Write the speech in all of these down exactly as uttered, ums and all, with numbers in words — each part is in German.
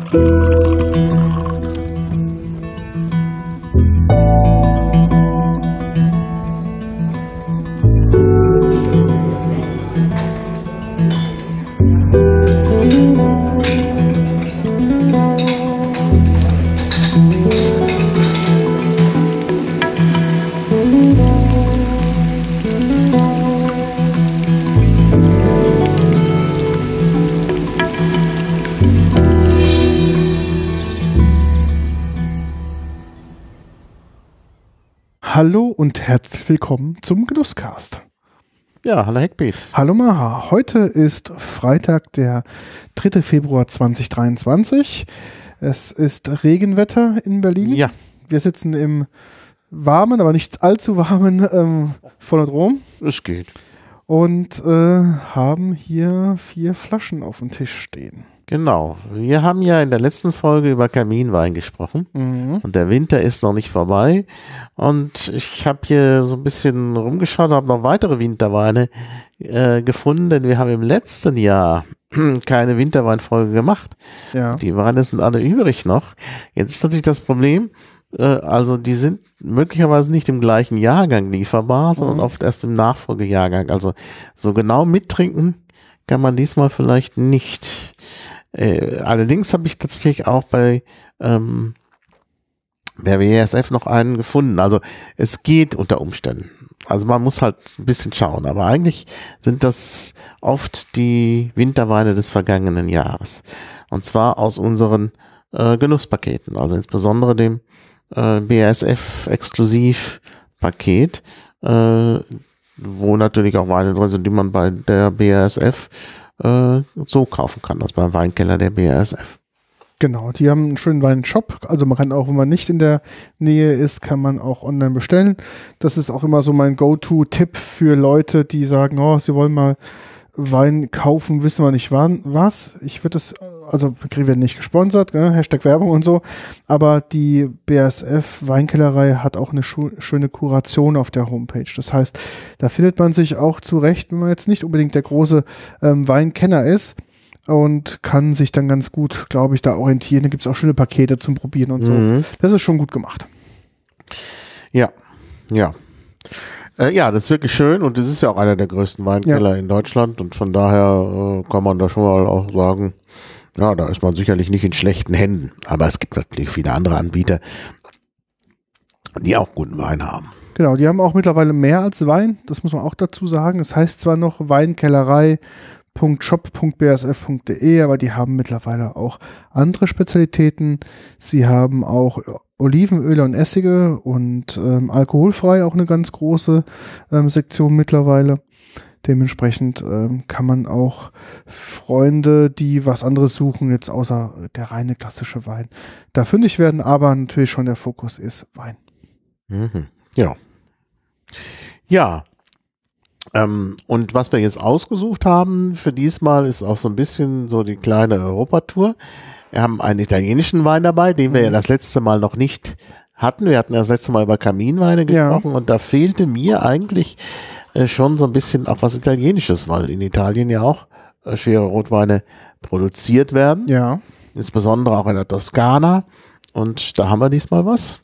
Hallo und herzlich willkommen zum Genusscast. Ja, hallo Heckbeat. Hallo Maha. Heute ist Freitag, der dritter Februar zweitausenddreiundzwanzig. Es ist Regenwetter in Berlin. Ja. Wir sitzen im warmen, aber nicht allzu warmen ähm, Phonodrom. Es geht. Und äh, haben hier vier Flaschen auf dem Tisch stehen. Genau. Wir haben ja in der letzten Folge über Kaminwein gesprochen. Mhm. Und der Winter ist noch nicht vorbei. Und ich habe hier so ein bisschen rumgeschaut und habe noch weitere Winterweine äh, gefunden, denn wir haben im letzten Jahr keine Winterweinfolge gemacht. Ja. Die Weine sind alle übrig noch. Jetzt ist natürlich das Problem, äh, also die sind möglicherweise nicht im gleichen Jahrgang lieferbar, sondern Mhm. oft erst im Nachfolgejahrgang. Also so genau mittrinken kann man diesmal vielleicht nicht. Äh, allerdings habe ich tatsächlich auch bei ähm, bei B A S F noch einen gefunden. Also es geht unter Umständen. Also man muss halt ein bisschen schauen. Aber eigentlich sind das oft die Winterweine des vergangenen Jahres. Und zwar aus unseren äh, Genusspaketen. Also insbesondere dem äh, B A S F-Exklusiv-Paket, äh, wo natürlich auch Weine drin sind, die man bei der B A S F äh, so kaufen kann, also beim Weinkeller der B A S F. Genau, die haben einen schönen Weinshop. Also man kann auch, wenn man nicht in der Nähe ist, kann man auch online bestellen. Das ist auch immer so mein Go-To-Tipp für Leute, die sagen, oh, sie wollen mal Wein kaufen, wissen wir nicht wann, was. Ich würde es, also wir werden nicht gesponsert, ne? Hashtag Werbung und so, aber die B A S F Weinkellerei hat auch eine schu- schöne Kuration auf der Homepage. Das heißt, da findet man sich auch zurecht, wenn man jetzt nicht unbedingt der große ähm, Weinkenner ist, und kann sich dann ganz gut, glaube ich, da orientieren. Da gibt es auch schöne Pakete zum Probieren und so. Mhm. Das ist schon gut gemacht. Ja, ja. Äh, ja, das ist wirklich schön und das ist ja auch einer der größten Weinkeller Ja. in Deutschland und von daher äh, kann man da schon mal auch sagen, ja, da ist man sicherlich nicht in schlechten Händen. Aber es gibt natürlich viele andere Anbieter, die auch guten Wein haben. Genau, die haben auch mittlerweile mehr als Wein. Das muss man auch dazu sagen. Es heißt zwar noch weinkellerei punkt shop punkt b a s f punkt d e, aber die haben mittlerweile auch andere Spezialitäten. Sie haben auch Olivenöle und Essige und ähm, alkoholfrei auch eine ganz große ähm, Sektion mittlerweile. Dementsprechend ähm, kann man auch Freunde, die was anderes suchen, jetzt außer der reine klassische Wein, da fündig werden, aber natürlich schon der Fokus ist Wein. Mhm. Ja. Ja. Ähm, und was wir jetzt ausgesucht haben für diesmal ist auch so ein bisschen so die kleine Europatour. Wir haben einen italienischen Wein dabei, den wir Mhm. ja das letzte Mal noch nicht hatten. Wir hatten ja das letzte Mal über Kaminweine gesprochen Ja. und da fehlte mir eigentlich äh, schon so ein bisschen auch was Italienisches, weil in Italien ja auch äh, schwere Rotweine produziert werden. Ja. Insbesondere auch in der Toskana. Und da haben wir diesmal was.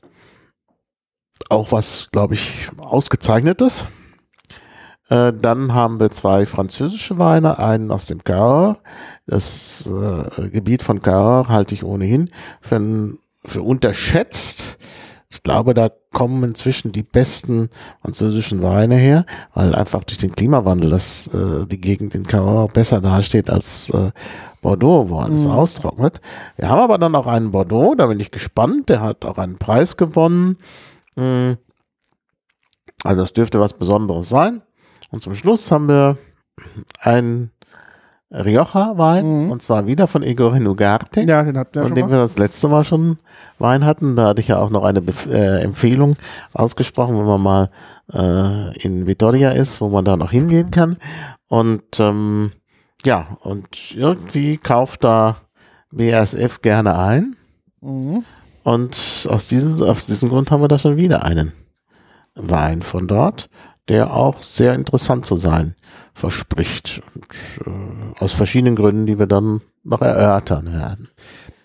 Auch was, glaube ich, Ausgezeichnetes. Äh, dann haben wir zwei französische Weine, einen aus dem Cahors. Das äh, Gebiet von Cahors halte ich ohnehin für, für unterschätzt. Ich glaube, da kommen inzwischen die besten französischen Weine her, weil einfach durch den Klimawandel das, äh, die Gegend in Cahors besser dasteht als äh, Bordeaux, wo alles Mhm. austrocknet. Wir haben aber dann auch einen Bordeaux, da bin ich gespannt, der hat auch einen Preis gewonnen. Mhm. Also das dürfte was Besonderes sein. Und zum Schluss haben wir einen Rioja-Wein, Mhm. und zwar wieder von Egorino Ugarte, Ja, den hatten wir von schon dem mal. wir das letzte Mal schon Wein hatten. Da hatte ich ja auch noch eine Bef äh, Empfehlung ausgesprochen, wenn man mal äh, in Vitoria ist, wo man da noch hingehen kann. Und ähm, ja, und irgendwie kauft da B A S F gerne ein. Mhm. Und aus diesem, aus diesem Grund haben wir da schon wieder einen Wein von dort, der auch sehr interessant zu sein verspricht. Und, äh, aus verschiedenen Gründen, die wir dann noch erörtern werden.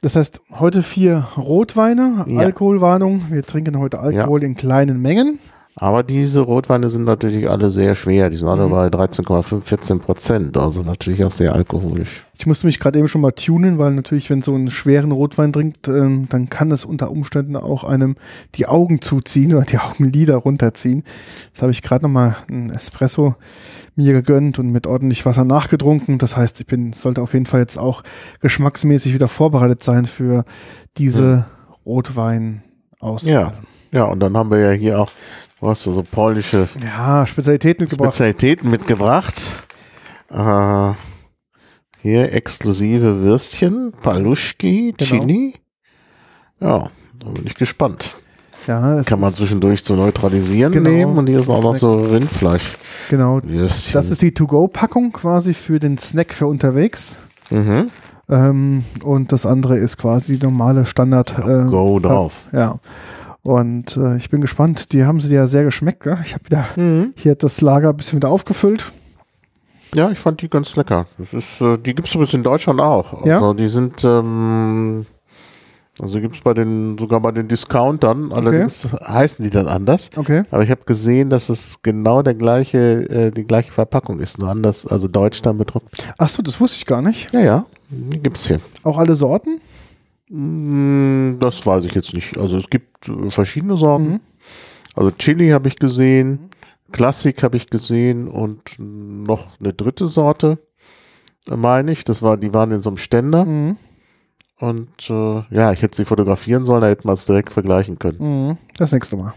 Das heißt, heute vier Rotweine, Ja. Alkoholwarnung. Wir trinken heute Alkohol in kleinen Mengen. Aber diese Rotweine sind natürlich alle sehr schwer. Die sind alle Mhm. bei dreizehn Komma fünf, vierzehn Prozent. Also natürlich auch sehr alkoholisch. Ich musste mich gerade eben schon mal tunen, weil natürlich, wenn so einen schweren Rotwein trinkt, ähm, dann kann es unter Umständen auch einem die Augen zuziehen oder die Augenlider runterziehen. Jetzt habe ich gerade nochmal einen Espresso mir gegönnt und mit ordentlich Wasser nachgetrunken. Das heißt, ich bin, sollte auf jeden Fall jetzt auch geschmacksmäßig wieder vorbereitet sein für diese Mhm. Rotwein-Auswahl. Ja. Ja, und dann haben wir ja hier auch, du hast ja so polnische Ja, Spezialitäten mitgebracht. Spezialitäten mitgebracht. Äh, hier exklusive Würstchen, Paluszki, Genau. Chili. Ja, da bin ich gespannt. Ja, es Kann man ist, zwischendurch zu neutralisieren Genau. nehmen und hier ist auch noch so Rindfleisch. genau. Würstchen. Das ist die To-Go-Packung quasi für den Snack für unterwegs. mhm. Ähm, und das andere ist quasi die normale Standard. Äh, Go drauf. Ja. Und äh, ich bin gespannt. Die haben sie ja sehr geschmeckt. Gell? Ich habe wieder Mhm. hier das Lager ein bisschen wieder aufgefüllt. Ja, ich fand die ganz lecker. Das ist, äh, die gibt es übrigens in Deutschland auch. Ja? Also die sind, ähm, also gibt es bei den, sogar bei den Discountern, allerdings heißen die dann anders. Okay. Aber ich habe gesehen, dass es genau der gleiche, äh, die gleiche Verpackung ist, nur anders, also Deutsch dann bedruckt. Achso, das wusste ich gar nicht. Ja, ja, die gibt's hier. Auch alle Sorten? Mm, Das weiß ich jetzt nicht. Also es gibt äh, verschiedene Sorten. Mhm. Also Chili habe ich gesehen, Klassik habe ich gesehen und noch eine dritte Sorte, äh, meine ich. Das war, die waren in so einem Ständer. Mhm. Und äh, ja, ich hätte sie fotografieren sollen, da hätten wir es direkt vergleichen können. Mhm. Das nächste Mal.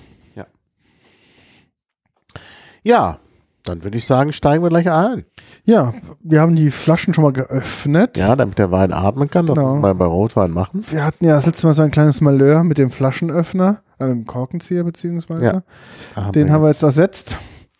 Ja, dann würde ich sagen, steigen wir gleich ein. Ja, wir haben die Flaschen schon mal geöffnet. Ja, damit der Wein atmen kann, das Genau. muss man bei Rotwein machen. Wir hatten ja das letzte Mal so ein kleines Malheur mit dem Flaschenöffner, äh, mit dem Korkenzieher beziehungsweise. Ja. Da Den haben wir jetzt ersetzt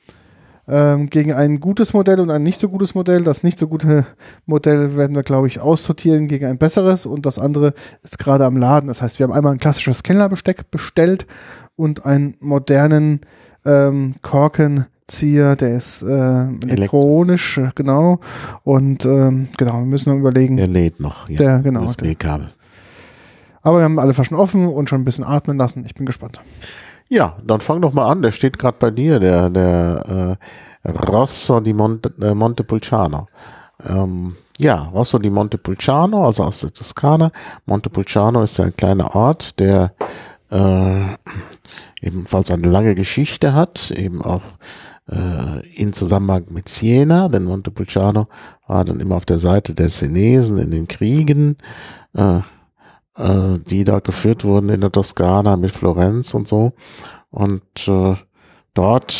ähm, gegen ein gutes Modell und ein nicht so gutes Modell. Das nicht so gute Modell werden wir, glaube ich, aussortieren gegen ein besseres und das andere ist gerade am Laden. Das heißt, wir haben einmal ein klassisches Kellnerbesteck bestellt und einen modernen ähm, Korkenzieher, der ist äh, elektronisch, äh, genau. Und ähm, genau, wir müssen noch überlegen. Der lädt noch. Ja, Der, genau. U S B-Kabel. Aber wir haben alle Flaschen offen und schon ein bisschen atmen lassen. Ich bin gespannt. Ja, dann fang doch mal an. Der steht gerade bei dir, der, der äh, Rosso di Monte, äh, Montepulciano. Ähm, ja, Rosso di Montepulciano, also aus der Toskana. Montepulciano ist ja ein kleiner Ort, der äh, ebenfalls eine lange Geschichte hat, eben auch äh, in Zusammenhang mit Siena, denn Montepulciano war dann immer auf der Seite der Senesen in den Kriegen, äh, äh, die da geführt wurden in der Toskana mit Florenz und so. Und äh, dort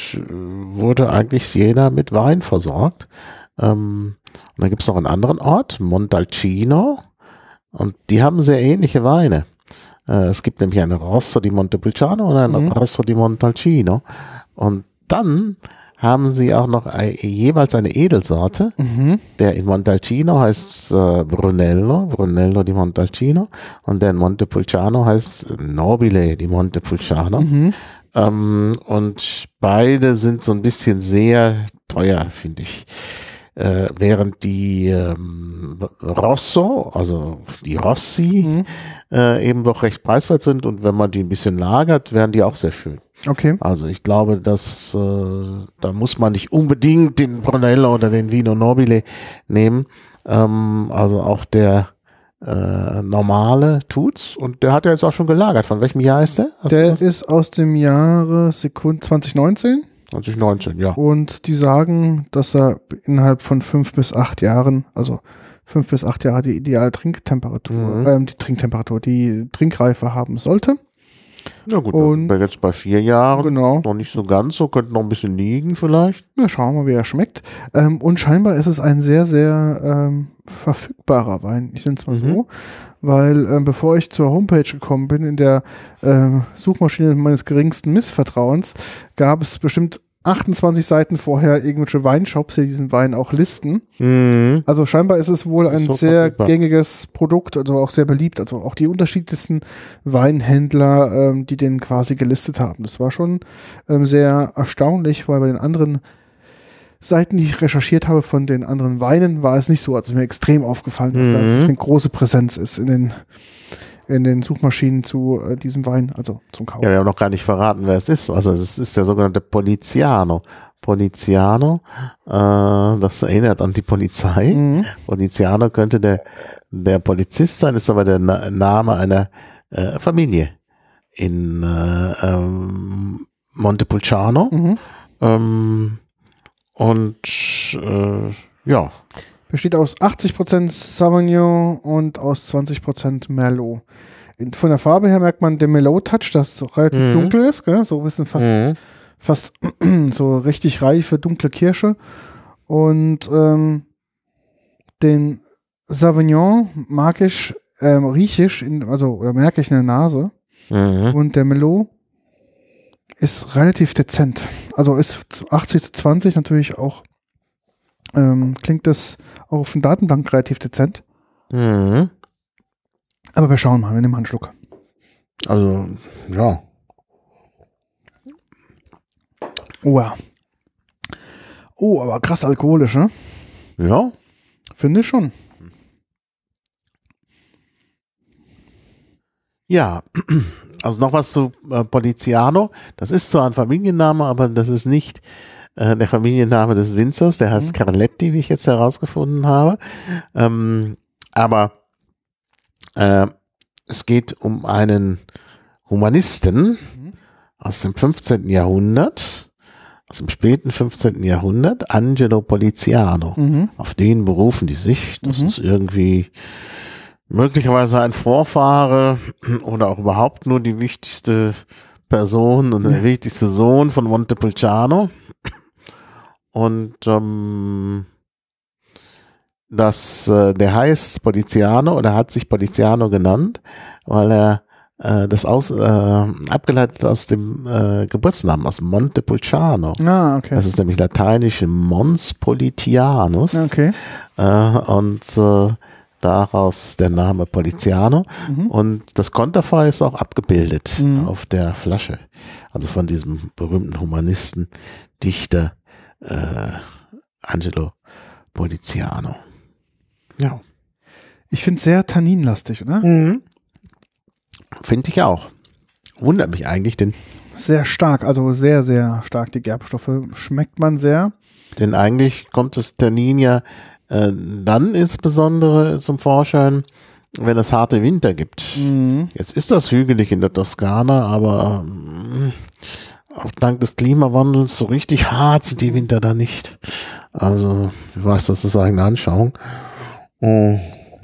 wurde eigentlich Siena mit Wein versorgt. Ähm, und dann gibt es noch einen anderen Ort, Montalcino, und die haben sehr ähnliche Weine. Äh, es gibt nämlich eine Rosso di Montepulciano und eine Mhm. Rosso di Montalcino. Und dann haben sie auch noch ein, jeweils eine Edelsorte. Mhm. Der in Montalcino heißt äh, Brunello, Brunello di Montalcino, und der in Montepulciano heißt Nobile di Montepulciano. Mhm. Ähm, und beide sind so ein bisschen sehr teuer, finde ich. Äh, während die ähm, Rosso, also die Rossi, Mhm. äh, eben doch recht preiswert sind, und wenn man die ein bisschen lagert, werden die auch sehr schön. Okay. Also ich glaube, dass äh, da muss man nicht unbedingt den Brunello oder den Vino Nobile nehmen. Ähm, also auch der äh, normale tut's, und der hat ja jetzt auch schon gelagert. Von welchem Jahr ist der? Hast du Der das? ist aus dem Jahre Sekund zwanzig neunzehn zwanzig neunzehn, ja. und die sagen, dass er innerhalb von fünf bis acht Jahren, also fünf bis acht Jahre die ideale Trinktemperatur, Mhm. ähm, die Trinktemperatur, die Trinkreife haben sollte. Na gut, Und- dann jetzt bei vier Jahren, Genau. noch nicht so ganz so, könnte noch ein bisschen liegen vielleicht. Na, schauen wir mal, wie er schmeckt. Ähm, und scheinbar ist es ein sehr, sehr ähm, verfügbarer Wein. Ich nenne es mal Mhm. so, weil ähm, bevor ich zur Homepage gekommen bin, in der äh, Suchmaschine meines geringsten Missvertrauens, gab es bestimmt achtundzwanzig Seiten vorher irgendwelche Weinshops, die diesen Wein auch listen. Mhm. Also scheinbar ist es wohl Ist ein so sehr verfügbar. gängiges Produkt, also auch sehr beliebt. Also auch die unterschiedlichsten Weinhändler, ähm, die den quasi gelistet haben. Das war schon ähm, sehr erstaunlich, weil bei den anderen Seiten, die ich recherchiert habe von den anderen Weinen, war es nicht so, als mir extrem aufgefallen, dass da Mhm. eine große Präsenz ist in den, in den Suchmaschinen zu äh, diesem Wein, also zum Kauf. Ja, wir haben noch gar nicht verraten, wer es ist. Also es ist der sogenannte Poliziano. Poliziano, äh, das erinnert an die Polizei. Mhm. Poliziano könnte der, der Polizist sein, ist aber der Na Name einer äh, Familie in äh, ähm, Montepulciano. Mhm. Ähm, und äh, ja. Besteht aus achtzig Prozent Sauvignon und aus zwanzig Prozent Merlot. In, von der Farbe her merkt man den Merlot-Touch, das relativ Mhm. dunkel ist, gell? So ein bisschen fast, Mhm. fast so richtig reife, dunkle Kirsche. Und ähm, den Sauvignon mag ich, ähm, rieche ich, in, also oder merke ich in der Nase. Mhm. Und der Merlot ist relativ dezent. Also ist achtzig zu zwanzig natürlich auch, ähm, klingt das auch auf den Datenbank relativ dezent. Mhm. Aber wir schauen mal, wir nehmen mal einen Schluck. Also, ja. Oh ja. Oh, aber krass alkoholisch, ne? Ja. Finde ich schon. Ja, also noch was zu äh, Poliziano. Das ist zwar ein Familienname, aber das ist nicht äh, der Familienname des Winzers. Der heißt Mhm. Carletti, wie ich jetzt herausgefunden habe. Ähm, aber äh, es geht um einen Humanisten Mhm. aus dem fünfzehnten Jahrhundert, aus dem späten fünfzehnten Jahrhundert, Angelo Poliziano. Mhm. Auf den berufen die sich. Das Mhm. ist irgendwie möglicherweise ein Vorfahre oder auch überhaupt nur die wichtigste Person und der Ja. wichtigste Sohn von Montepulciano. Und ähm, das, äh, der heißt Poliziano oder hat sich Poliziano genannt, weil er äh, das aus, äh, abgeleitet aus dem äh, Geburtsnamen, aus Montepulciano. Ah, okay. Das ist nämlich lateinisch Mons Politianus. Okay. Äh, und äh, daraus der Name Poliziano. Mhm. Und das Konterfei ist auch abgebildet Mhm. auf der Flasche. Also von diesem berühmten Humanisten, Dichter äh, Angelo Poliziano. Ja. Ich finde es sehr tanninlastig, oder? Mhm. Finde ich auch. Wundert mich eigentlich, denn, Sehr stark, also sehr, sehr stark. Die Gerbstoffe schmeckt man sehr. denn eigentlich kommt das Tannin ja äh, dann insbesondere zum Vorschein, wenn es harte Winter gibt. Mhm. Jetzt ist das hügelig in der Toskana, aber ähm, auch dank des Klimawandels so richtig hart sind die Winter da nicht. Also, ich weiß, das ist eigene Anschauung. Oh.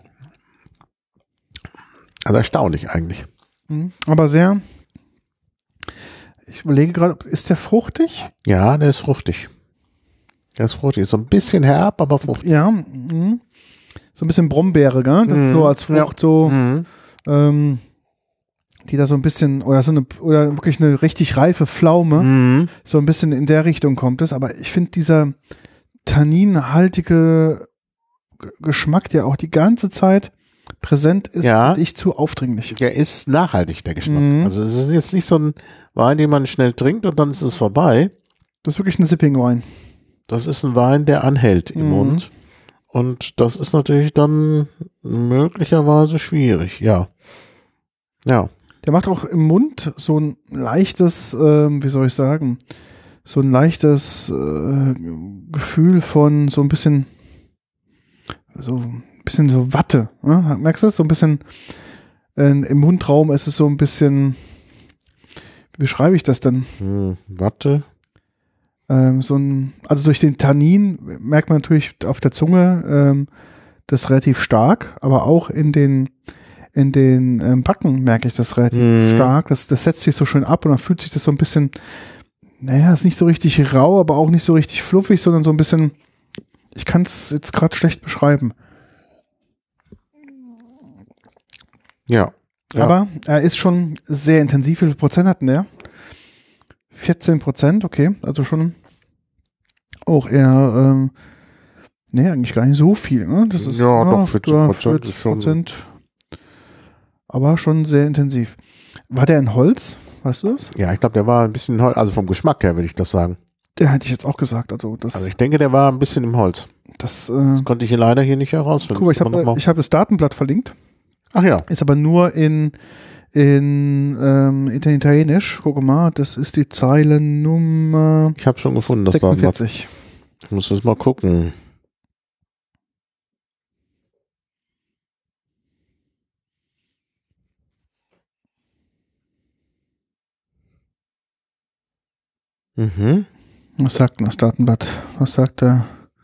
Also erstaunlich eigentlich. Mhm. Aber sehr. Ich überlege gerade, ist der fruchtig? Ja, der ist fruchtig. Der ist fruchtig. So ein bisschen herb, aber fruchtig. Ja. Mhm. So ein bisschen Brombeere, gell? Das ist so Mhm. als Frucht so, Mhm. ähm, die da so ein bisschen, oder so eine, oder wirklich eine richtig reife Pflaume, Mhm. so ein bisschen in der Richtung kommt es. Aber ich finde dieser tanninhaltige G- Geschmack, der auch die ganze Zeit präsent ist, Ja. finde ich zu aufdringlich. Der ist nachhaltig, der Geschmack. Mhm. Also es ist jetzt nicht so ein Wein, den man schnell trinkt und dann ist es vorbei. Das ist wirklich ein Sipping-Wein. Das ist ein Wein, der anhält im Mhm. Mund. Und das ist natürlich dann möglicherweise schwierig, ja. Ja. Der macht auch im Mund so ein leichtes, ähm, wie soll ich sagen, so ein leichtes äh, Gefühl von so ein bisschen, so ein bisschen so Watte. Ne? Merkst du das? So ein bisschen äh, im Mundraum ist es so ein bisschen, wie beschreibe ich das denn? Hm, warte. Ähm, so ein, also durch den Tannin merkt man natürlich auf der Zunge ähm, das relativ stark, aber auch in den in den ähm, Backen merke ich das relativ Mhm. stark. Das, das setzt sich so schön ab und dann fühlt sich das so ein bisschen, naja, ist nicht so richtig rau, aber auch nicht so richtig fluffig, sondern so ein bisschen, ich kann es jetzt gerade schlecht beschreiben. Ja. Ja. Aber er ist schon sehr intensiv. Wie viel Prozent hat denn der? vierzehn Prozent, okay, also schon auch eher, ähm, nee, eigentlich gar nicht so viel, ne? Das ist, Ja, doch, vierzehn Prozent ist schon- Prozent, aber schon sehr intensiv. War der in Holz? Weißt du das? Ja, ich glaube, der war ein bisschen, hol- also vom Geschmack her würde ich das sagen. Der hätte ich jetzt auch gesagt. Also das, Also ich denke, der war ein bisschen im Holz. das, äh, Das konnte ich hier leider hier nicht herausfinden. guck mal, ich Aber noch habe mal- ich hab das Datenblatt verlinkt. Ach ja. Ist aber nur in, in, ähm, in Italienisch. Guck mal, das ist die Zeile Nummer Ich habe schon gefunden, das war sechsundvierzig. Ich muss das mal gucken. Mhm. Was sagt denn das Datenblatt? Was sagt der?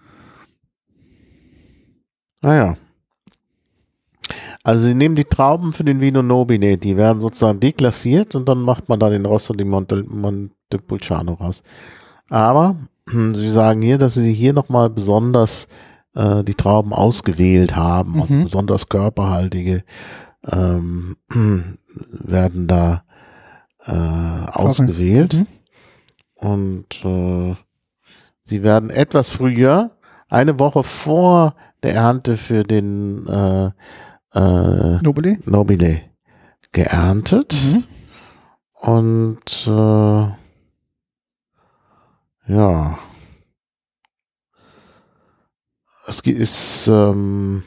Ah ja. Also sie nehmen die Trauben für den Vino Nobile, die werden sozusagen deklassiert und dann macht man da den Rosso di Monte, Montepulciano raus. Aber sie sagen hier, dass sie hier nochmal besonders äh, die Trauben ausgewählt haben, also Mhm. besonders körperhaltige ähm, werden da äh, ausgewählt. Mhm. Und äh, sie werden etwas früher, eine Woche vor der Ernte für den äh, äh, Nobile? Nobile geerntet. Mhm. Und äh, ja, es gi- ist ähm,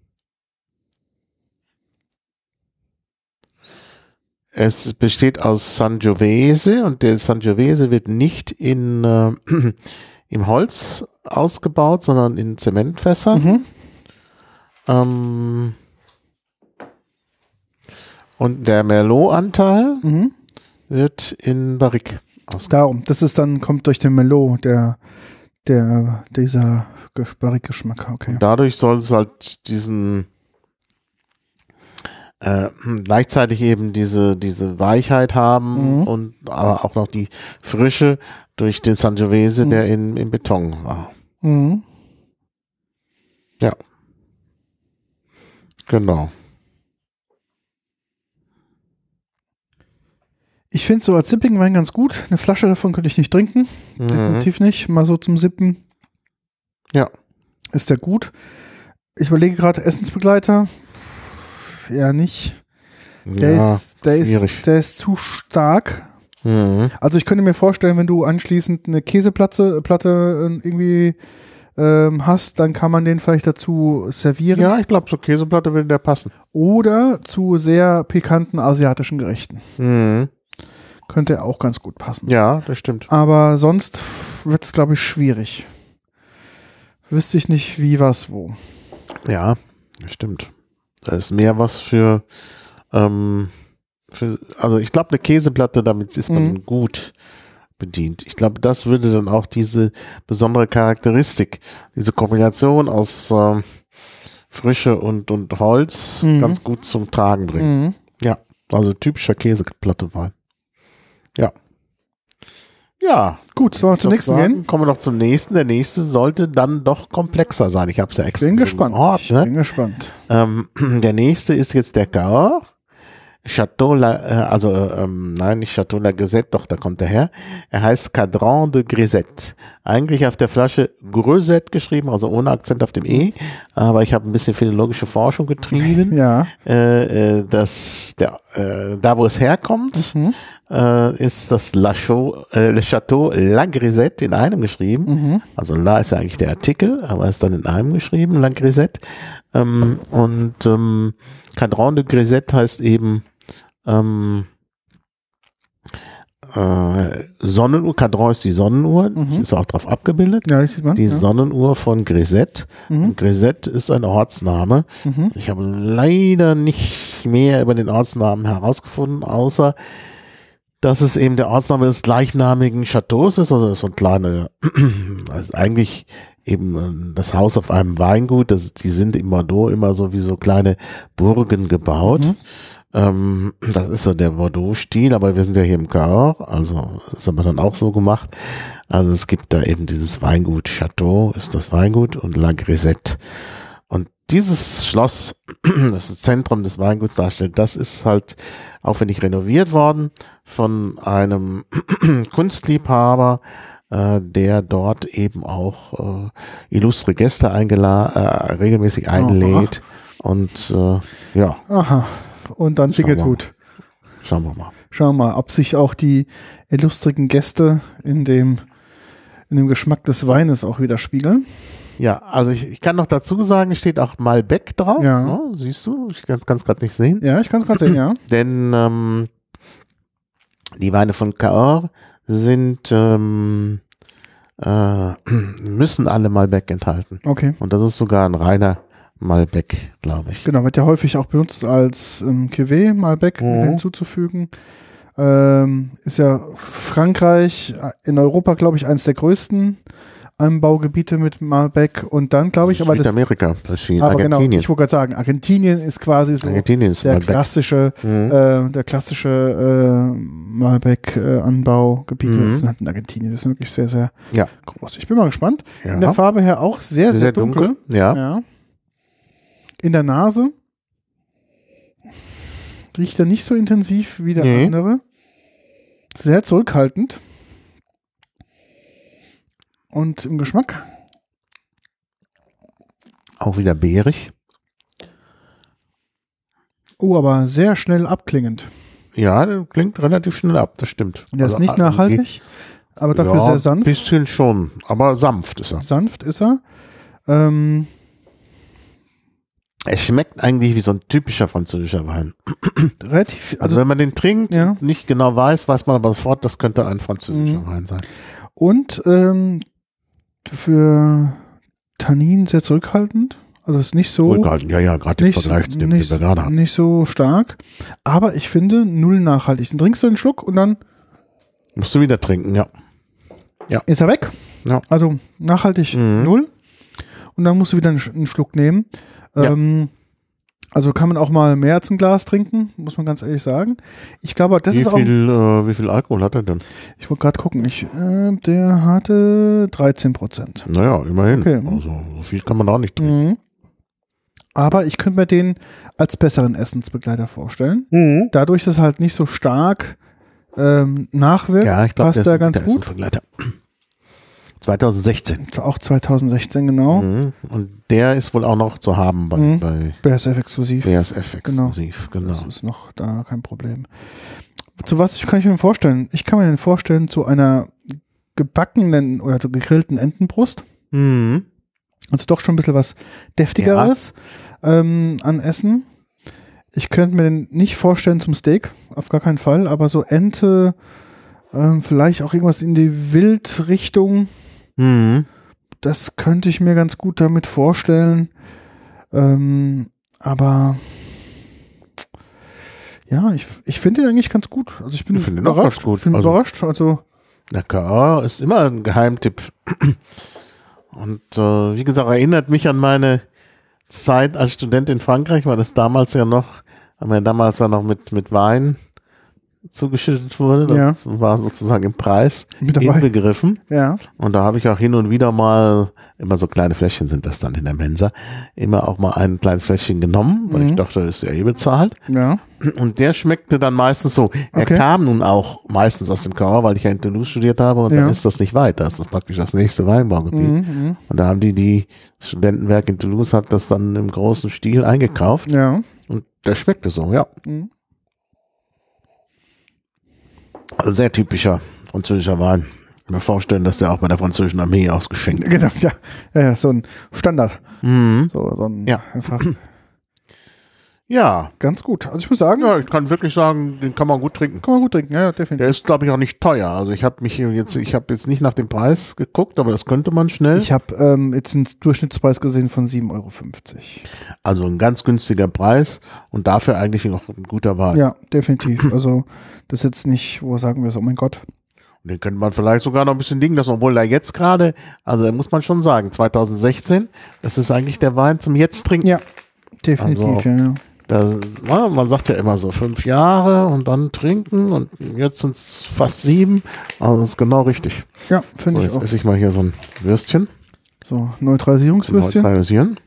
es besteht aus Sangiovese und der Sangiovese wird nicht in äh, im Holz ausgebaut, sondern in Zementfässern. Mhm. Ähm, und der Merlot-Anteil Mhm. wird in Barrique ausgebaut. Darum, das ist dann, kommt durch den Merlot, der, der, dieser Barrique-Geschmack, okay. Dadurch soll es halt diesen äh, gleichzeitig eben diese, diese Weichheit haben Mhm. und aber auch noch die Frische durch den Sangiovese, Mhm. der in, in Beton war. Mhm. Genau. Ich finde so als Sipping-Wein ganz gut. Eine Flasche davon könnte ich nicht trinken. Mhm. Definitiv nicht. Mal so zum Sippen. Ja. Ist der gut. Ich überlege gerade, Essensbegleiter. Ja, nicht. Der, Ja, ist, der, schwierig. ist, der ist zu stark. Mhm. Also ich könnte mir vorstellen, wenn du anschließend eine Käseplatte Platte äh, irgendwie ähm, hast, dann kann man den vielleicht dazu servieren. Ja, ich glaube, so Käseplatte würde der passen. Oder zu sehr pikanten asiatischen Gerichten. Mhm. Könnte er auch ganz gut passen. Ja, das stimmt. Aber sonst wird es, glaube ich, schwierig. Wüsste ich nicht, wie, was, wo. Ja, das stimmt. Da ist mehr was für, ähm, für also ich glaube, eine Käseplatte, damit ist man Mhm. gut bedient. Ich glaube, das würde dann auch diese besondere Charakteristik, diese Kombination aus ähm, Frische und, und Holz Mhm. ganz gut zum Tragen bringen. Mhm. Ja, also typischer Käseplatte-Wein. Ja. Ja. Gut, sollen wir zum Ich nächsten würd sagen, gehen? Kommen wir noch zum nächsten. Der nächste sollte dann doch komplexer sein. Ich habe es ja extra Bin gespannt. Ich geordnet. bin gespannt. Ähm, der nächste ist jetzt der Cahors. Chateau, La, äh, also äh, ähm, nein, nicht Chateau La Grisette, doch, da kommt er her. Er heißt Cadran de Grisette. Eigentlich auf der Flasche Grisette geschrieben, also ohne Akzent auf dem E. Aber ich habe ein bisschen philologische Forschung getrieben. Ja. äh, äh, dass der, äh, da, wo es herkommt, Mhm. äh, ist das La Chaux, äh, Le Chateau La Grisette in einem geschrieben. Mhm. Also La ist ja eigentlich der Artikel, aber ist dann in einem geschrieben, La Grisette. Ähm, und ähm, Cadran de Grisette heißt eben ähm, äh, Sonnenuhr. Cadran ist die Sonnenuhr, Mhm. ist auch drauf abgebildet. Ja, das sieht man. Die ja. Sonnenuhr von Grisette. Mhm. Und Grisette ist ein Ortsname. Mhm. Ich habe leider nicht mehr über den Ortsnamen herausgefunden, außer dass es eben der Ortsname des gleichnamigen Chateaus ist, also so ein kleiner, also eigentlich eben äh, das Haus auf einem Weingut, das, die sind in Bordeaux immer so wie so kleine Burgen gebaut. Mhm. Ähm, das ist so der Bordeaux-Stil, aber wir sind ja hier im Cahors, also das ist aber dann auch so gemacht. Also es gibt da eben dieses Weingut Chateau, ist das Weingut, und La Grisette. Und dieses Schloss, das das Zentrum des Weinguts darstellt, das ist halt aufwendig renoviert worden von einem Kunstliebhaber, äh, der dort eben auch äh, illustre Gäste eingela äh, regelmäßig einlädt. Und äh, ja, Aha. Und dann Schauen Dinge wir tut. schauen wir mal. Schauen wir mal, ob sich auch die illustrigen Gäste in dem in dem Geschmack des Weines auch widerspiegeln. Ja, also ich, ich kann noch dazu sagen, steht auch Malbec drauf. Ja. Ne? Siehst du? Ich kann es gerade nicht sehen. Ja, ich kann es gerade sehen, ja. Denn ähm, die Weine von Cahors sind ähm, äh, müssen alle Malbec enthalten. Okay. Und das ist sogar ein reiner Malbec, glaube ich. Genau, wird ja häufig auch benutzt als ähm, Cuvée, Malbec Mhm. hinzuzufügen. Ähm, ist ja Frankreich, in Europa, glaube ich, eines der größten Anbaugebiete mit Malbec. Und dann, glaube ich, aber das, Südamerika, das ist aber genau, Argentinien. ich wollte gerade sagen, Argentinien ist quasi so Argentinien ist der Malbec. klassische, Mhm. äh, der klassische äh, Malbec-Anbaugebiet. Mhm. Das sind in Argentinien, das ist wirklich sehr, sehr Ja. groß. Ich bin mal gespannt. Ja. In der Farbe her auch sehr, sehr, Sehr dunkel. dunkel, ja. Ja. In der Nase riecht er nicht so intensiv wie der Nee. andere. Sehr zurückhaltend. Und im Geschmack Auch wieder beerig. oh, aber sehr schnell abklingend. Ja, der klingt relativ schnell ab, das stimmt. Der ist Also, nicht also, nachhaltig, aber dafür ja, sehr sanft. Ein bisschen schon, aber sanft ist er. Sanft ist er. Ähm, Es schmeckt eigentlich wie so ein typischer französischer Wein. relativ, Also, also wenn man den trinkt, Ja. nicht genau weiß, weiß man aber sofort, das könnte ein französischer Mhm. Wein sein. und ähm, für Tannin sehr zurückhaltend. Also ist nicht so Zurückgehalten, ja, ja, gerade im nicht, Vergleich zu dem, den nicht, wir gerade hatten. nicht so stark. Aber ich finde null nachhaltig. Dann trinkst du einen Schluck und dann Musst du wieder trinken, ja. ist er weg. Ja. Also nachhaltig Mhm. null. Und dann musst du wieder einen, Sch- einen Schluck nehmen. Ja. Ähm, also kann man auch mal mehr als ein Glas trinken, muss man ganz ehrlich sagen. Ich glaube, das wie, ist auch. viel, äh, wie viel Alkohol hat er denn? Ich wollte gerade gucken. Ich, äh, der hatte dreizehn Prozent. Naja, immerhin. Okay. Also, so viel kann man da auch nicht trinken. Mhm. Aber ich könnte mir den als besseren Essensbegleiter vorstellen. Mhm. Dadurch, dass er halt nicht so stark ähm, nachwirkt, Ja, ich glaube, passt er ganz gut. zwanzig sechzehn. Auch zwanzig sechzehn, genau. Mhm. Und der ist wohl auch noch zu haben bei, Mhm. bei B S F exklusiv. B S F Genau. exklusiv. Genau. Das ist noch da kein Problem. Zu was kann ich mir vorstellen? Ich kann mir den vorstellen zu einer gebackenen oder gegrillten Entenbrust. Mhm. Also doch schon ein bisschen was Deftigeres ähm, an Essen. Ich könnte mir den nicht vorstellen zum Steak, auf gar keinen Fall, aber so Ente, ähm, vielleicht auch irgendwas in die Wildrichtung, Mhm. das könnte ich mir ganz gut damit vorstellen. Ähm, aber ja, ich, ich finde den eigentlich ganz gut. Also ich bin Ich finde den auch überrascht. ganz gut. Ich bin Also- überrascht. Also Der K A ist immer ein Geheimtipp. Und äh, wie gesagt, erinnert mich an meine Zeit als Student in Frankreich, weil das damals ja noch, haben wir ja damals ja noch mit, mit Wein zugeschüttet wurde. Das war sozusagen im Preis Mit dabei. inbegriffen. ja, Und da habe ich auch hin und wieder mal, immer so kleine Fläschchen sind das dann in der Mensa, immer auch mal ein kleines Fläschchen genommen, weil Mhm. ich dachte, das ist ja eh bezahlt. ja, Und der schmeckte dann meistens so. Er Okay. kam nun auch meistens aus dem Cahors, weil ich ja in Toulouse studiert habe und Ja. dann ist das nicht weit. Das ist praktisch das nächste Weinbaugebiet. mhm, mhm. Und da haben die, die Studentenwerk in Toulouse hat das dann im großen Stil eingekauft ja. und der schmeckte so, ja. Mhm. Also sehr typischer französischer Wein. Ich kann mir vorstellen, dass der auch bei der französischen Armee ausgeschenkt wird. Genau, ja. ja, ja, so ein Standard. Mhm. So, so ein Ja. einfach Ja. ganz gut. Also ich muss sagen, Ja, ich kann wirklich sagen, den kann man gut trinken. kann man gut trinken, ja, ja, definitiv. Der ist, glaube ich, auch nicht teuer. Also ich habe mich hier jetzt, ich habe jetzt nicht nach dem Preis geguckt, aber das könnte man schnell. Ich habe ähm, jetzt einen Durchschnittspreis gesehen von sieben Euro fünfzig. Also ein ganz günstiger Preis und dafür eigentlich noch ein guter Wein. Ja, definitiv. Also das ist jetzt nicht, wo sagen wir so, oh mein Gott. Und den könnte man vielleicht sogar noch ein bisschen liegen lassen, obwohl er jetzt gerade, also da muss man schon sagen, zwanzig sechzehn, das ist eigentlich der Wein zum Jetzt trinken. Ja, definitiv, Also, ja, ja. Da, na, man sagt ja immer so fünf Jahre und dann trinken und jetzt sind es fast sieben. Also das ist genau richtig. Ja, So, finde ich jetzt auch. esse ich mal hier so ein Würstchen. So, Zum Neutralisierungswürstchen. Neutralisieren.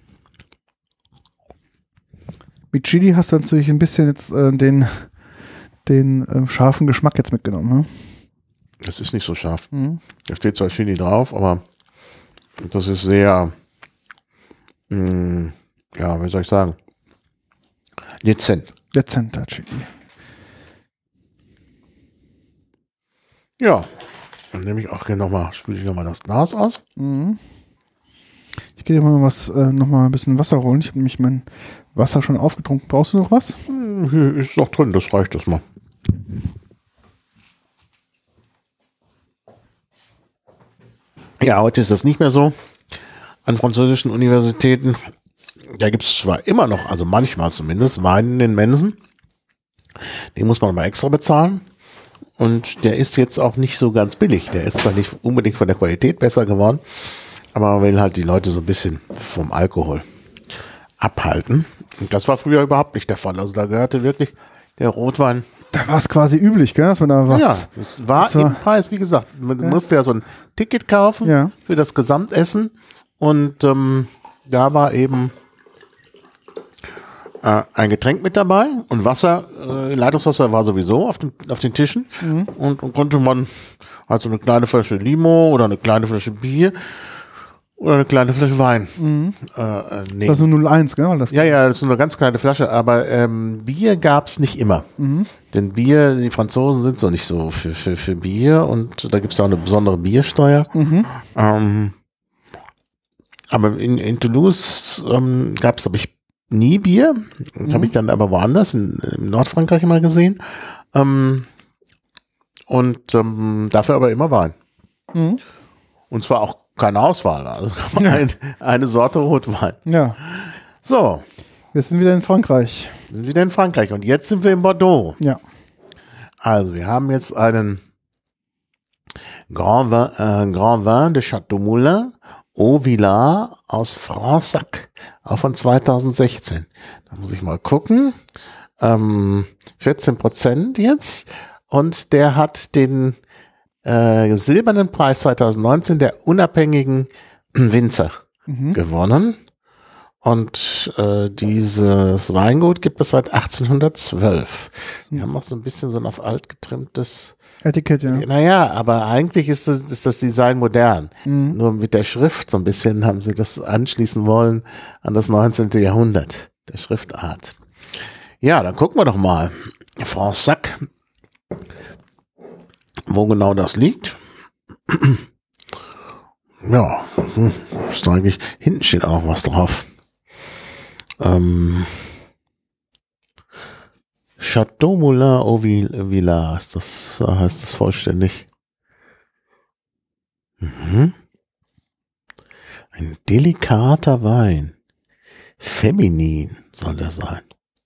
Mit Chili hast du natürlich ein bisschen jetzt äh, den, den äh, scharfen Geschmack jetzt mitgenommen. Ne? Das ist nicht so scharf. Mhm. Da steht zwar Chili drauf, aber das ist sehr, mh, ja, wie soll ich sagen, dezent. Dezenter Chili. Ja, Dann nehme ich auch hier nochmal, spüle ich nochmal das Glas aus. Mhm. Ich gehe dir mal was, äh, noch mal ein bisschen Wasser holen. Ich habe nämlich mein Wasser schon aufgetrunken. Brauchst du noch was? Hier ist noch drin, das reicht das mal. Ja, heute ist das nicht mehr so. An französischen Universitäten, da gibt es zwar immer noch, also manchmal zumindest, Wein in den Mensen. Den muss man mal extra bezahlen. Und der ist jetzt auch nicht so ganz billig. Der ist zwar nicht unbedingt von der Qualität besser geworden, aber man will halt die Leute so ein bisschen vom Alkohol abhalten. Und das war früher überhaupt nicht der Fall. Also da gehörte wirklich der Rotwein. Da war es quasi üblich, gell, dass man da was... Ja, es war, das war im Preis, wie gesagt. Man ja. musste ja so ein Ticket kaufen ja. für das Gesamtessen. Und ähm, da war eben äh, ein Getränk mit dabei. Und Wasser, äh, Leitungswasser war sowieso auf, dem, auf den Tischen. Mhm. Und dann konnte man halt so eine kleine Flasche Limo oder eine kleine Flasche Bier oder eine kleine Flasche Wein Mhm. äh, äh, nehmen. Das war so null eins, gell? Das ja, ja, das ist nur eine ganz kleine Flasche, aber ähm, Bier gab's nicht immer. Mhm. Denn Bier, die Franzosen sind so nicht so für, für, für Bier und da gibt's auch eine besondere Biersteuer. Mhm. Ähm, aber in, in Toulouse ähm, gab's, glaube ich, nie Bier. Mhm. Habe ich dann aber woanders, in, in Nordfrankreich mal gesehen. Ähm, und ähm, dafür aber immer Wein. Mhm. Und zwar auch keine Auswahl, also ja. ein, eine Sorte Rotwein. Ja. So. Wir sind wieder in Frankreich. Wir sind wieder in Frankreich und jetzt sind wir in Bordeaux. Ja. Also wir haben jetzt einen Grand Vin, äh, Grand Vin de Château Moulin Au Villard aus Fronsac, auch von zweitausendsechzehn. Da muss ich mal gucken. Ähm, vierzehn Prozent jetzt und der hat den Äh, silbernen Preis zweitausendneunzehn der unabhängigen Winzer mhm. gewonnen. Und äh, dieses Weingut gibt es seit achtzehnhundertzwölf. Die mhm. haben auch so ein bisschen so ein auf alt getrimmtes Etikett, ja. Naja, aber eigentlich ist das, ist das Design modern. Mhm. Nur mit der Schrift so ein bisschen haben sie das anschließen wollen an das neunzehnten Jahrhundert, der Schriftart. Ja, dann gucken wir doch mal. Fronsac. Wo genau das liegt? Ja, ist eigentlich, hinten steht auch was drauf. Ähm, Château Moulin au Villard, ist das, heißt das vollständig. Mhm. Ein delikater Wein. Feminin soll der sein.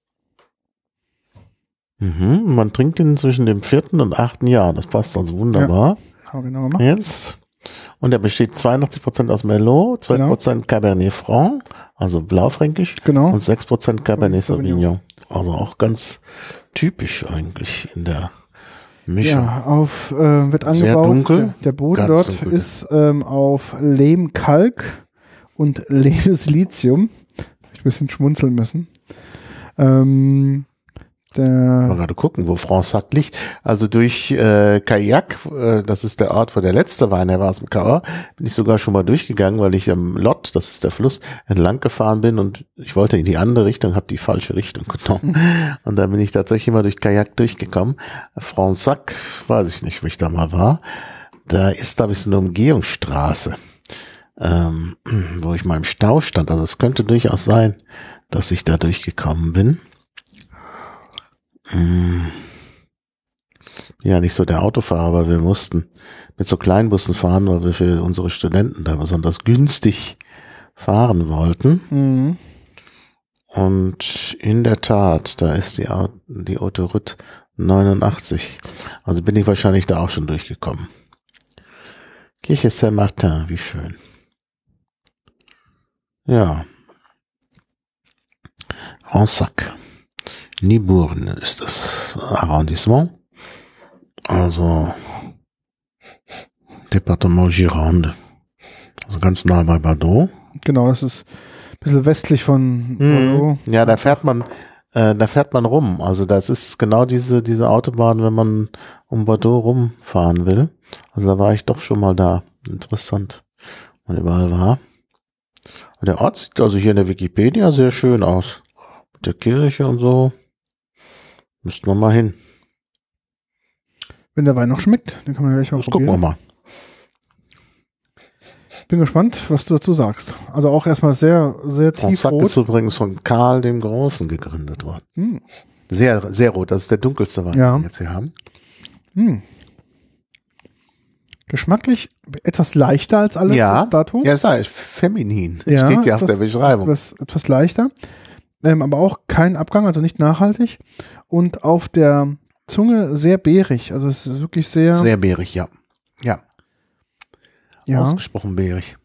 Mhm, man trinkt ihn zwischen dem vierten und achten Jahr. Das passt also wunderbar. Ja, genau gemacht. Jetzt. Und er besteht zweiundachtzig Prozent aus Merlot, zwölf Prozent genau. Cabernet Franc, also blaufränkisch, genau. und sechs Prozent Cabernet Sauvignon. Also auch ganz typisch eigentlich in der Mischung. Ja, auf, äh, wird angebaut. Sehr dunkel. Der, der Boden dort dunkel. ist ähm, auf Lehm-Kalk und Lehm-Silizium. Ich ein bisschen schmunzeln müssen. Ähm, Der mal gerade gucken, wo Fronsac liegt. Also durch äh, Caillac, äh, das ist der Ort, wo der letzte Wein her war aus dem Cahors, bin ich sogar schon mal durchgegangen, weil ich am Lot, das ist der Fluss, entlang gefahren bin und ich wollte in die andere Richtung, habe die falsche Richtung genommen. Und dann bin ich tatsächlich mal durch Caillac durchgekommen. Fronsac, weiß ich nicht, wo ich da mal war. Da ist, da habe ich so eine Umgehungsstraße, ähm, wo ich mal im Stau stand. Also es könnte durchaus sein, dass ich da durchgekommen bin. Ja, nicht so der Autofahrer, aber wir mussten mit so Kleinbussen fahren, weil wir für unsere Studenten da besonders günstig fahren wollten. Mhm. Und in der Tat, da ist die, die Autoroute neunundachtzig. Also bin ich wahrscheinlich da auch schon durchgekommen. Kirche Saint-Martin, wie schön. Ja. Fronsac. Nibourne ist das Arrondissement, also Departement Gironde, also ganz nah bei Bordeaux. Genau, das ist ein bisschen westlich von Bordeaux. Mm, ja, da fährt man, äh, da fährt man rum. Also das ist genau diese diese Autobahn, wenn man um Bordeaux rumfahren will. Also da war ich doch schon mal da. Interessant, wo man überall war. Und der Ort sieht also hier in der Wikipedia sehr schön aus, mit der Kirche und so. Müssten wir mal hin. Wenn der Wein noch schmeckt, dann kann man gleich mal das probieren. Gucken wir mal. Bin gespannt, was du dazu sagst. Also auch erstmal sehr, sehr Fronsac tiefrot. ist übrigens von Karl dem Großen gegründet worden. Hm. Sehr, sehr rot. Das ist der dunkelste Wein, Ja. den wir jetzt hier haben. Hm. Geschmacklich etwas leichter als alle Ja, bis dato. ja, es ist feminin. Ja, Steht ja auf etwas- der Beschreibung. Etwas, etwas leichter. Ähm, aber auch kein Abgang, also nicht nachhaltig. Und auf der Zunge sehr beerig. Also es ist wirklich sehr, Sehr beerig, ja. Ja, ja. ausgesprochen beerig.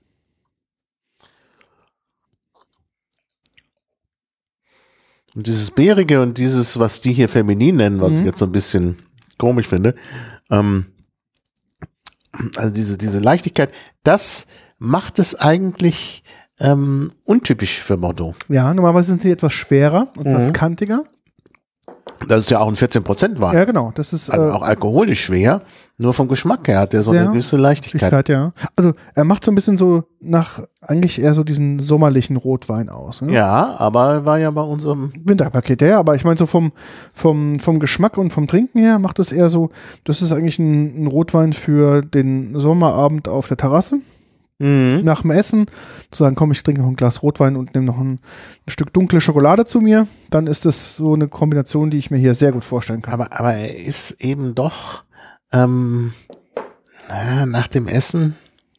Und dieses Beerige und dieses, was die hier feminin nennen, was Mhm. ich jetzt so ein bisschen komisch finde, ähm, also diese, diese Leichtigkeit, das macht es eigentlich ähm, untypisch für Bordeaux. Ja, normalerweise sind sie etwas schwerer und etwas Mhm. kantiger. Das ist ja auch ein vierzehn Prozent Wein. Ja, genau. Das ist Also äh, auch alkoholisch schwer, nur vom Geschmack her hat der so Sehr eine gewisse Leichtigkeit. Leichtigkeit, ja. Also er macht so ein bisschen so nach eigentlich eher so diesen sommerlichen Rotwein aus. Ne? Ja, aber war ja bei unserem, Winterpaket, ja, aber ich meine so vom, vom, vom Geschmack und vom Trinken her macht es eher so, das ist eigentlich ein, ein Rotwein für den Sommerabend auf der Terrasse. mhm. Nach dem Essen zu sagen, komm, ich trinke noch ein Glas Rotwein und nehme noch ein, ein Stück dunkle Schokolade zu mir, dann ist das so eine Kombination, die ich mir hier sehr gut vorstellen kann. aber, aber er ist eben doch ähm, na, nach dem Essen,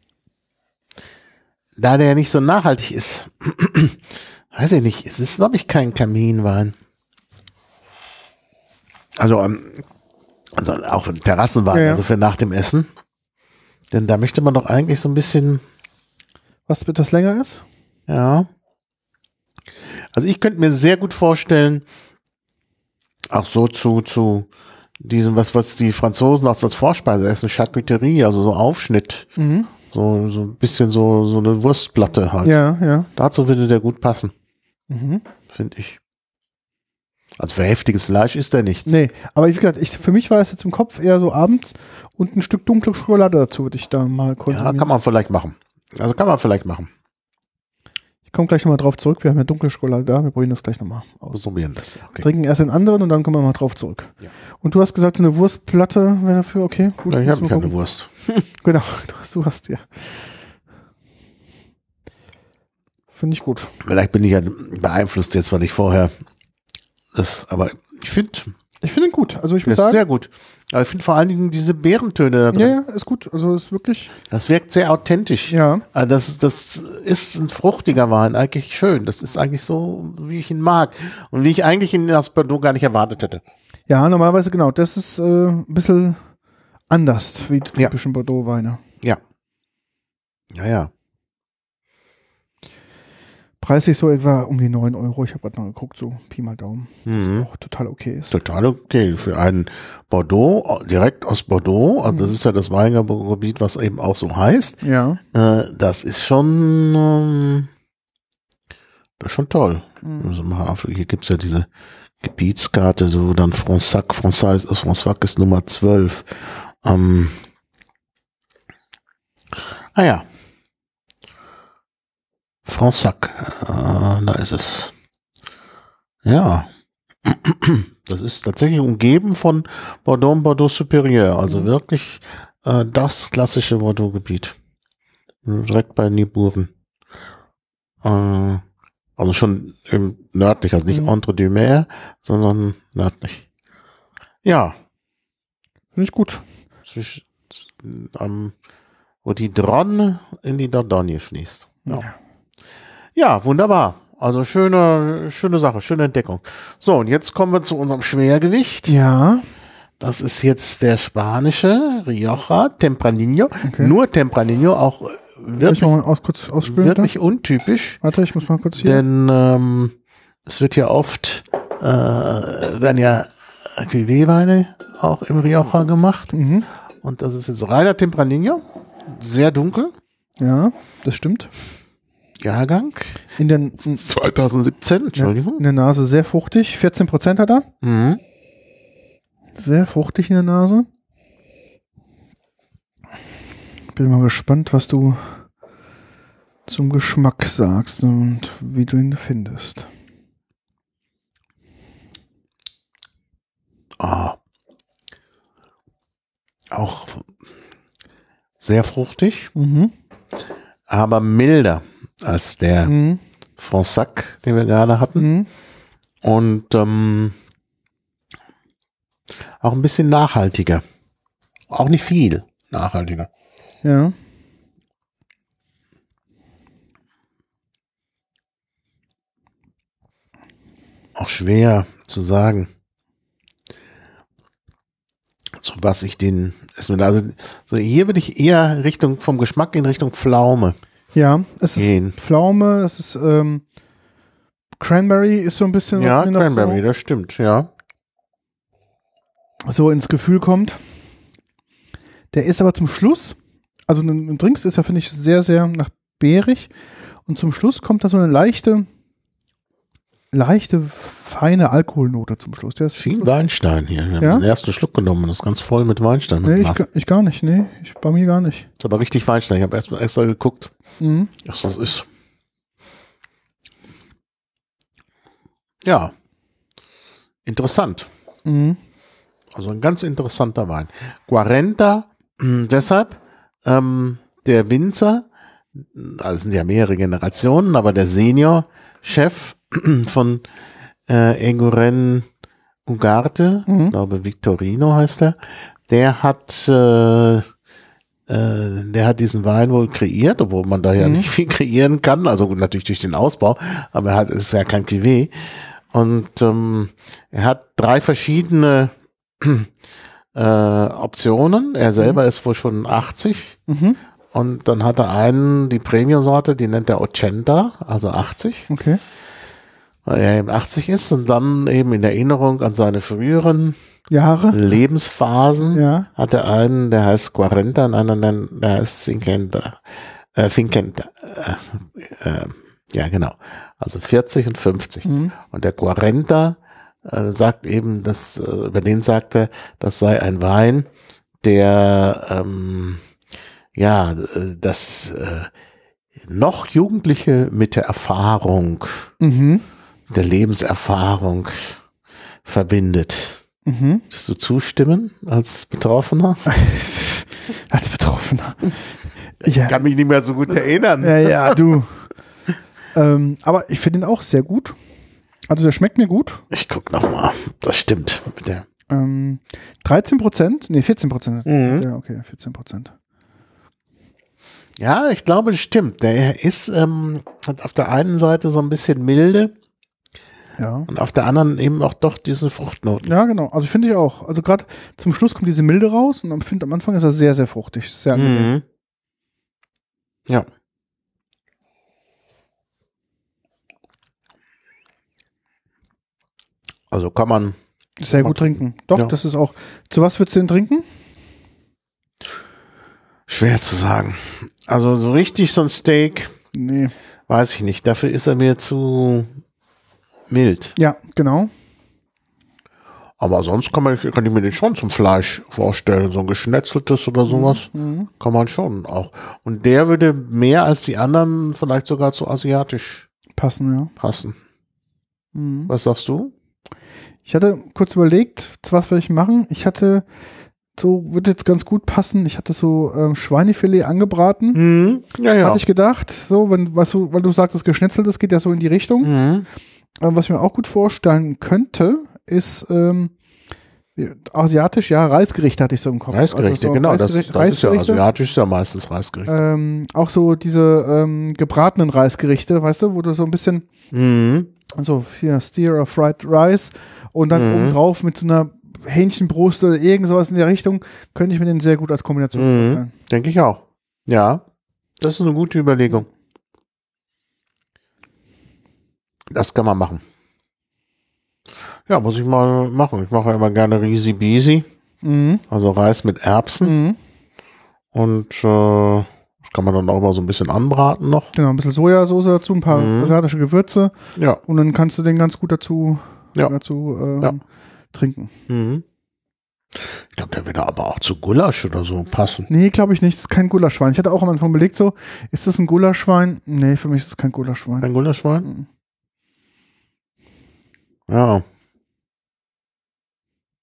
da der nicht so nachhaltig ist, weiß ich nicht, es ist, glaube ich, kein Kaminwein. Also, ähm, also auch ein Terrassenwein, Ja, ja. also für nach dem Essen. Denn da möchte man doch eigentlich so ein bisschen, Was etwas länger ist? ja. Also ich könnte mir sehr gut vorstellen, auch so zu, zu diesem, was, was die Franzosen auch als Vorspeise essen, Charcuterie, also so Aufschnitt, Mhm. so, so ein bisschen so, so eine Wurstplatte halt. Ja, ja. Dazu würde der gut passen, Mhm. finde ich. Also für heftiges Fleisch ist der nichts. Nee, aber wie gesagt, ich, für mich war es jetzt im Kopf eher so abends und ein Stück dunkle Schokolade dazu würde ich da mal Ja, konsumieren. kann man vielleicht machen. Also kann man vielleicht machen. Ich komme gleich nochmal drauf zurück. Wir haben ja dunkle Schokolade da. Wir probieren das gleich nochmal aus. Probieren das. Okay. Trinken erst den anderen und dann kommen wir mal drauf zurück. Ja. Und du hast gesagt, so eine Wurstplatte wäre dafür okay? Gut, Ja, ich müssen habe wir keine gucken. Wurst. Genau, du hast, du hast ja. Finde ich gut. Vielleicht bin ich ja beeinflusst jetzt, weil ich vorher das, aber ich finde Ich finde ihn gut. Also ich das muss sagen, sehr gut. Aber ich finde vor allen Dingen diese Beerentöne da drin. ja, ja, ist gut. Also ist wirklich, Das wirkt sehr authentisch. ja. Also das, das ist ein fruchtiger Wein, eigentlich schön. Das ist eigentlich so, wie ich ihn mag. Und wie ich eigentlich ihn aus Bordeaux gar nicht erwartet hätte. Ja, normalerweise genau. Das ist äh, ein bisschen anders wie die Ja. typischen Bordeaux-Weine. Ja. Ja, ja. Preislich so etwa um die neun Euro. Ich habe gerade mal geguckt, so Pi mal Daumen. Mhm. Was auch total okay ist. Total okay. Für einen Bordeaux, direkt aus Bordeaux, also das ist ja das Weingebiet, was eben auch so heißt. Ja. Äh, das ist schon, ähm, das ist schon toll. Mhm. Also mal, hier gibt's ja diese Gebietskarte, so dann Fronsac, Fronsac, Fronsac ist Nummer zwölf. Ähm, ah ja. Fronsac, äh, da ist es. Ja. Das ist tatsächlich umgeben von Bordeaux und Bordeaux Supérieur, also Mhm. wirklich äh, das klassische Bordeaux-Gebiet. Direkt bei Niburen. Äh, also schon im nördlich, also nicht Mhm. Entre du Mer, sondern nördlich. Ja, Finde ich gut. zwischen, ähm, wo die Dronne in die Dordogne fließt. Ja. Ja. Ja, wunderbar. Also schöne, schöne Sache, schöne Entdeckung. So, und jetzt kommen wir zu unserem Schwergewicht. Ja. Das ist jetzt der spanische Rioja Tempranillo. Okay. Nur Tempranillo, auch äh, Soll ich wirklich, noch mal aus, kurz ausspülen? wirklich untypisch. Warte, ich muss mal kurz hier. Denn ähm, es wird ja oft, äh, werden ja Cuvée-Weine auch im Rioja gemacht. Mhm. Und das ist jetzt reiner Tempranillo. Sehr dunkel. Ja, das stimmt. Jahrgang. In, den, in, zwanzig siebzehn, in Entschuldigung. der Nase sehr fruchtig. vierzehn Prozent hat er. Mhm. Sehr fruchtig in der Nase. Bin mal gespannt, was du zum Geschmack sagst und wie du ihn findest. Ah. Auch sehr fruchtig. Mhm. aber milder als der Mhm. Fronsac, den wir gerade hatten. Mhm. Und ähm, auch ein bisschen nachhaltiger. Auch nicht viel nachhaltiger. Ja. Auch schwer zu sagen. So was ich den, also so hier würde ich eher Richtung, vom Geschmack in Richtung Pflaume. Ja, es ist Gehen. Pflaume, es ist ähm, Cranberry ist so ein bisschen, Ja, was mir noch Cranberry, das stimmt, ja. so, so ins Gefühl kommt. Der ist aber zum Schluss, also ein Drinks ist ja, finde ich, sehr, sehr nach beerig. Und zum Schluss kommt da so eine leichte, leichte, feine Alkoholnote zum Schluss. Der ist Viel Weinstein hier. Wir Ja? haben den ersten Schluck genommen und das ist ganz voll mit Weinstein. Mit Nee, ich, Glas. ga- ich gar nicht, nee, ich, bei mir gar nicht. ist aber richtig Weinstein. Ich habe erst mal extra geguckt, Mhm. was das ist. Ja. Interessant. Mhm. Also ein ganz interessanter Wein. Quarenta, mh, deshalb, ähm, der Winzer, also es sind ja mehrere Generationen, aber der Senior-Chef von äh, Eguren Ugarte, Mhm. ich glaube Victorino heißt er, der hat äh, äh, der hat diesen Wein wohl kreiert, obwohl man da ja Mhm. nicht viel kreieren kann, also gut, natürlich durch den Ausbau, aber er hat, es ist ja kein Cuvée. Und ähm, er hat drei verschiedene äh, Optionen. Er selber ist wohl schon achtzig. Mhm. Und dann hat er einen, die Premium-Sorte, die nennt er ochenta, also achtzig, Okay. weil er eben achtzig ist. Und dann eben in Erinnerung an seine früheren Jahre. Lebensphasen Ja. hat er einen, der heißt Quarenta und einen, der heißt Cinquenta. Äh, Cinquenta. Äh, äh, ja, genau. Also vierzig und fünfzig. Mhm. Und der Quarenta äh, sagt eben, dass, äh, über den sagt er, das sei ein Wein, der ähm, ja, äh, das äh, noch Jugendliche mit der Erfahrung, Mhm. der Lebenserfahrung verbindet. Mhm. Würdest du zustimmen als Betroffener? Als Betroffener. Ich Ja, kann mich nicht mehr so gut erinnern. ja, ja, du. ähm, aber ich finde ihn auch sehr gut. Also der schmeckt mir gut. Ich guck noch mal. Das stimmt. Mit der Ähm, dreizehn Prozent? Nee, vierzehn Prozent. Mhm. Ja, okay, vierzehn Prozent. ja, ich glaube, das stimmt. Der ist ähm, hat auf der einen Seite so ein bisschen milde Ja. und auf der anderen eben auch doch diese Fruchtnoten. Ja, genau. Also finde ich auch. Also gerade zum Schluss kommt diese Milde raus und ich finde am Anfang ist er sehr, sehr fruchtig. Sehr angenehm. Mhm. Ja. Also kann man Sehr gut trinken. Doch, Ja. das ist auch. Zu was würdest du denn trinken? schwer zu sagen. Also so richtig so ein Steak, Nee. weiß ich nicht. Dafür ist er mir zu mild. Ja, genau. Aber sonst kann, man, kann ich mir den schon zum Fleisch vorstellen. So ein geschnetzeltes oder sowas. Mhm. Kann man schon auch. Und der würde mehr als die anderen vielleicht sogar zu asiatisch Passen, ja. passen. Mhm. Was sagst du? Ich hatte kurz überlegt, zu was will ich machen. Ich hatte, so würde jetzt ganz gut passen, ich hatte so ähm, Schweinefilet angebraten. Mhm. Ja, ja. Hatte ich gedacht, so, wenn, was du, weil du sagtest, geschnetzelt, das geht ja so in die Richtung. Mhm. Ähm, was ich mir auch gut vorstellen könnte, ist ähm, asiatisch, ja, Reisgerichte hatte ich so im Kopf. Reisgerichte, Also so genau. Das, Reisgerichte, das ist ja Reisgerichte. asiatisch, ist ja meistens Reisgerichte. Ähm, auch so diese ähm, gebratenen Reisgerichte, weißt du, wo du so ein bisschen, Mhm. also hier Steer or Fried Rice und dann Mhm. obendrauf mit so einer Hähnchenbrust oder irgend sowas in der Richtung, könnte ich mir den sehr gut als Kombination Mhm. vorstellen. Denke ich auch. Ja, das ist eine gute Überlegung. Das kann man machen. Ja, muss ich mal machen. Ich mache ja immer gerne Risi Bisi, Mhm. also Reis mit Erbsen. Mhm. Und äh, das kann man dann auch immer so ein bisschen anbraten noch. Genau, ein bisschen Sojasauce dazu, ein paar Mhm. asiatische Gewürze Ja. und dann kannst du den ganz gut dazu, Ja. dazu ähm, Ja. trinken. Mhm. Ich glaube, der würde aber auch zu Gulasch oder so passen. Nee, glaube ich nicht. Das ist kein Gulaschwein. Ich hatte auch am Anfang überlegt, so, ist das ein Gulaschwein? Nee, für mich ist es kein Gulaschwein. Ein Gulaschwein? Mhm. Ja.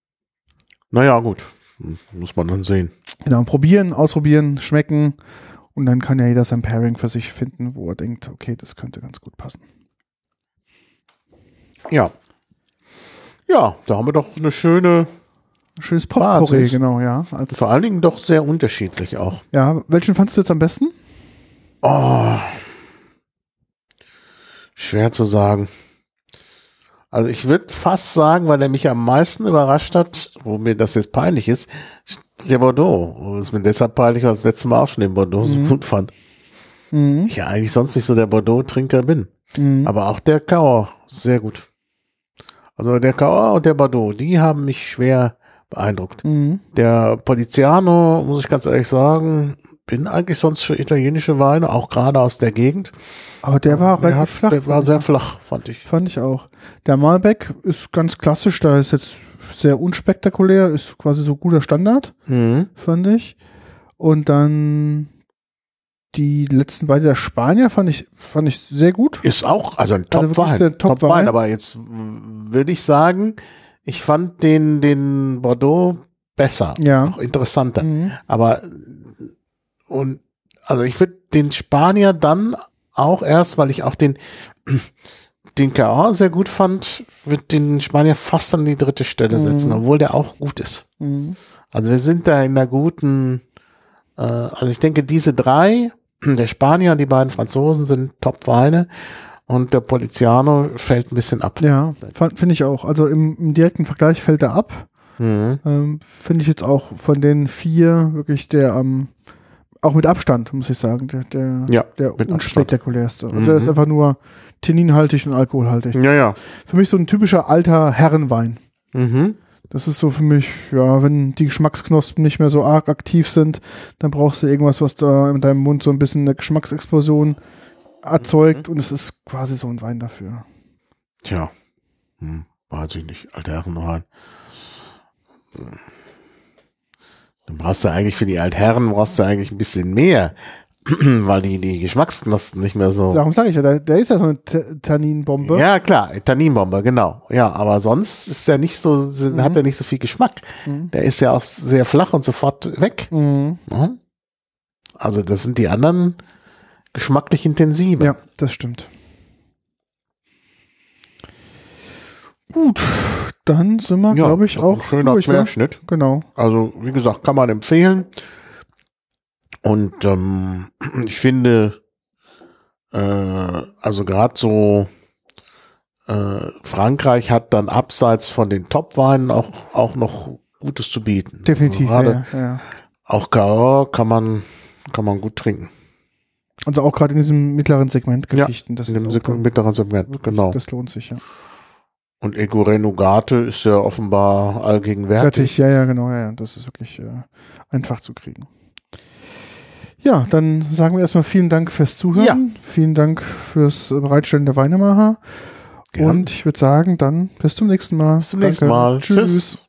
Naja, gut. Muss man dann sehen. Genau, probieren, ausprobieren, schmecken Und dann kann ja jeder sein Pairing für sich finden, wo er denkt, okay, das könnte ganz gut passen. Ja. Ja, da haben wir doch eine schöne, schönes Potpourri, genau, ja. Als vor allen Dingen doch sehr unterschiedlich auch. Ja, welchen fandst du jetzt am besten? Oh, schwer zu sagen. Also ich würde fast sagen, weil er mich am meisten überrascht hat, wo mir das jetzt peinlich ist, der Bordeaux. Es ist mir deshalb peinlich, weil ich das letzte Mal auch schon den Bordeaux mhm. so gut fand. Mhm. Ich ja eigentlich sonst nicht so der Bordeaux-Trinker bin. Mhm. Aber auch der Cahors, sehr gut. Also der Cahors und der Bordeaux, die haben mich schwer beeindruckt. Mhm. Der Poliziano, muss ich ganz ehrlich sagen, bin eigentlich sonst für italienische Weine, auch gerade aus der Gegend. Aber der war auch der relativ hat, flach. Der war sehr flach, fand ich. Fand ich auch. Der Malbec ist ganz klassisch, da ist jetzt sehr unspektakulär, ist quasi so guter Standard, mhm. fand ich. Und dann die letzten beiden der Spanier fand ich, fand ich sehr gut. Ist auch, also ein Top-Wein. Also Top Top Wein, aber jetzt würde ich sagen, ich fand den, den Bordeaux besser, ja. auch interessanter. Mhm. Aber und also ich würde den Spanier dann auch erst, weil ich auch den den Cahors sehr gut fand, würde den Spanier fast an die dritte Stelle setzen, mhm. obwohl der auch gut ist. Mhm. Also wir sind da in einer guten, äh, also ich denke diese drei, der Spanier und die beiden Franzosen sind Top-Weine und der Poliziano fällt ein bisschen ab. Ja, finde ich auch. Also im, im direkten Vergleich fällt er ab. Mhm. Ähm, finde ich jetzt auch von den vier wirklich der am ähm, auch mit Abstand, muss ich sagen, der, der, ja, der unspektakulärste. Also mhm. der ist einfach nur tanninhaltig und alkoholhaltig. Ja, ja. Für mich so ein typischer alter Herrenwein. Mhm. Das ist so für mich, ja, wenn die Geschmacksknospen nicht mehr so arg aktiv sind, dann brauchst du irgendwas, was da in deinem Mund so ein bisschen eine Geschmacksexplosion erzeugt mhm. und es ist quasi so ein Wein dafür. Tja, hm, weiß ich nicht, alter Herrenwein. Hm. Dann brauchst du eigentlich für die Altherren brauchst du eigentlich ein bisschen mehr, weil die, die Geschmacksknospen nicht mehr so. Darum sage ich ja, der, der ist ja so eine T- Tanninbombe. Ja, klar, Tanninbombe, genau. Ja, aber sonst ist der nicht so, mhm. hat er nicht so viel Geschmack. Mhm. Der ist ja auch sehr flach und sofort weg. Mhm. Ja. Also das sind die anderen geschmacklich intensiver. Ja, das stimmt. Gut, dann sind wir, ja, glaube ich, auch ein schöner durch, Querschnitt. Ne? Genau. Also, wie gesagt, kann man empfehlen. Und ähm, ich finde, äh, also gerade so äh, Frankreich hat dann abseits von den Top-Weinen auch, auch noch Gutes zu bieten. Definitiv, also gerade ja, ja. Auch Cahors kann man, kann man gut trinken. Also auch gerade in diesem mittleren Segment Geschichten. Ja, das in dem ist Segment, mittleren Segment, genau. Das lohnt sich, ja. Und Egoré Nougat ist ja offenbar allgegenwärtig. Fertig, ja, ja, genau, ja, ja. Das ist wirklich äh, einfach zu kriegen. Ja, dann sagen wir erstmal vielen Dank fürs Zuhören. Ja. Vielen Dank fürs Bereitstellen der Weinemacher. Und ich würde sagen, dann bis zum nächsten Mal. Bis zum nächsten Danke. Mal. Tschüss. Tschüss.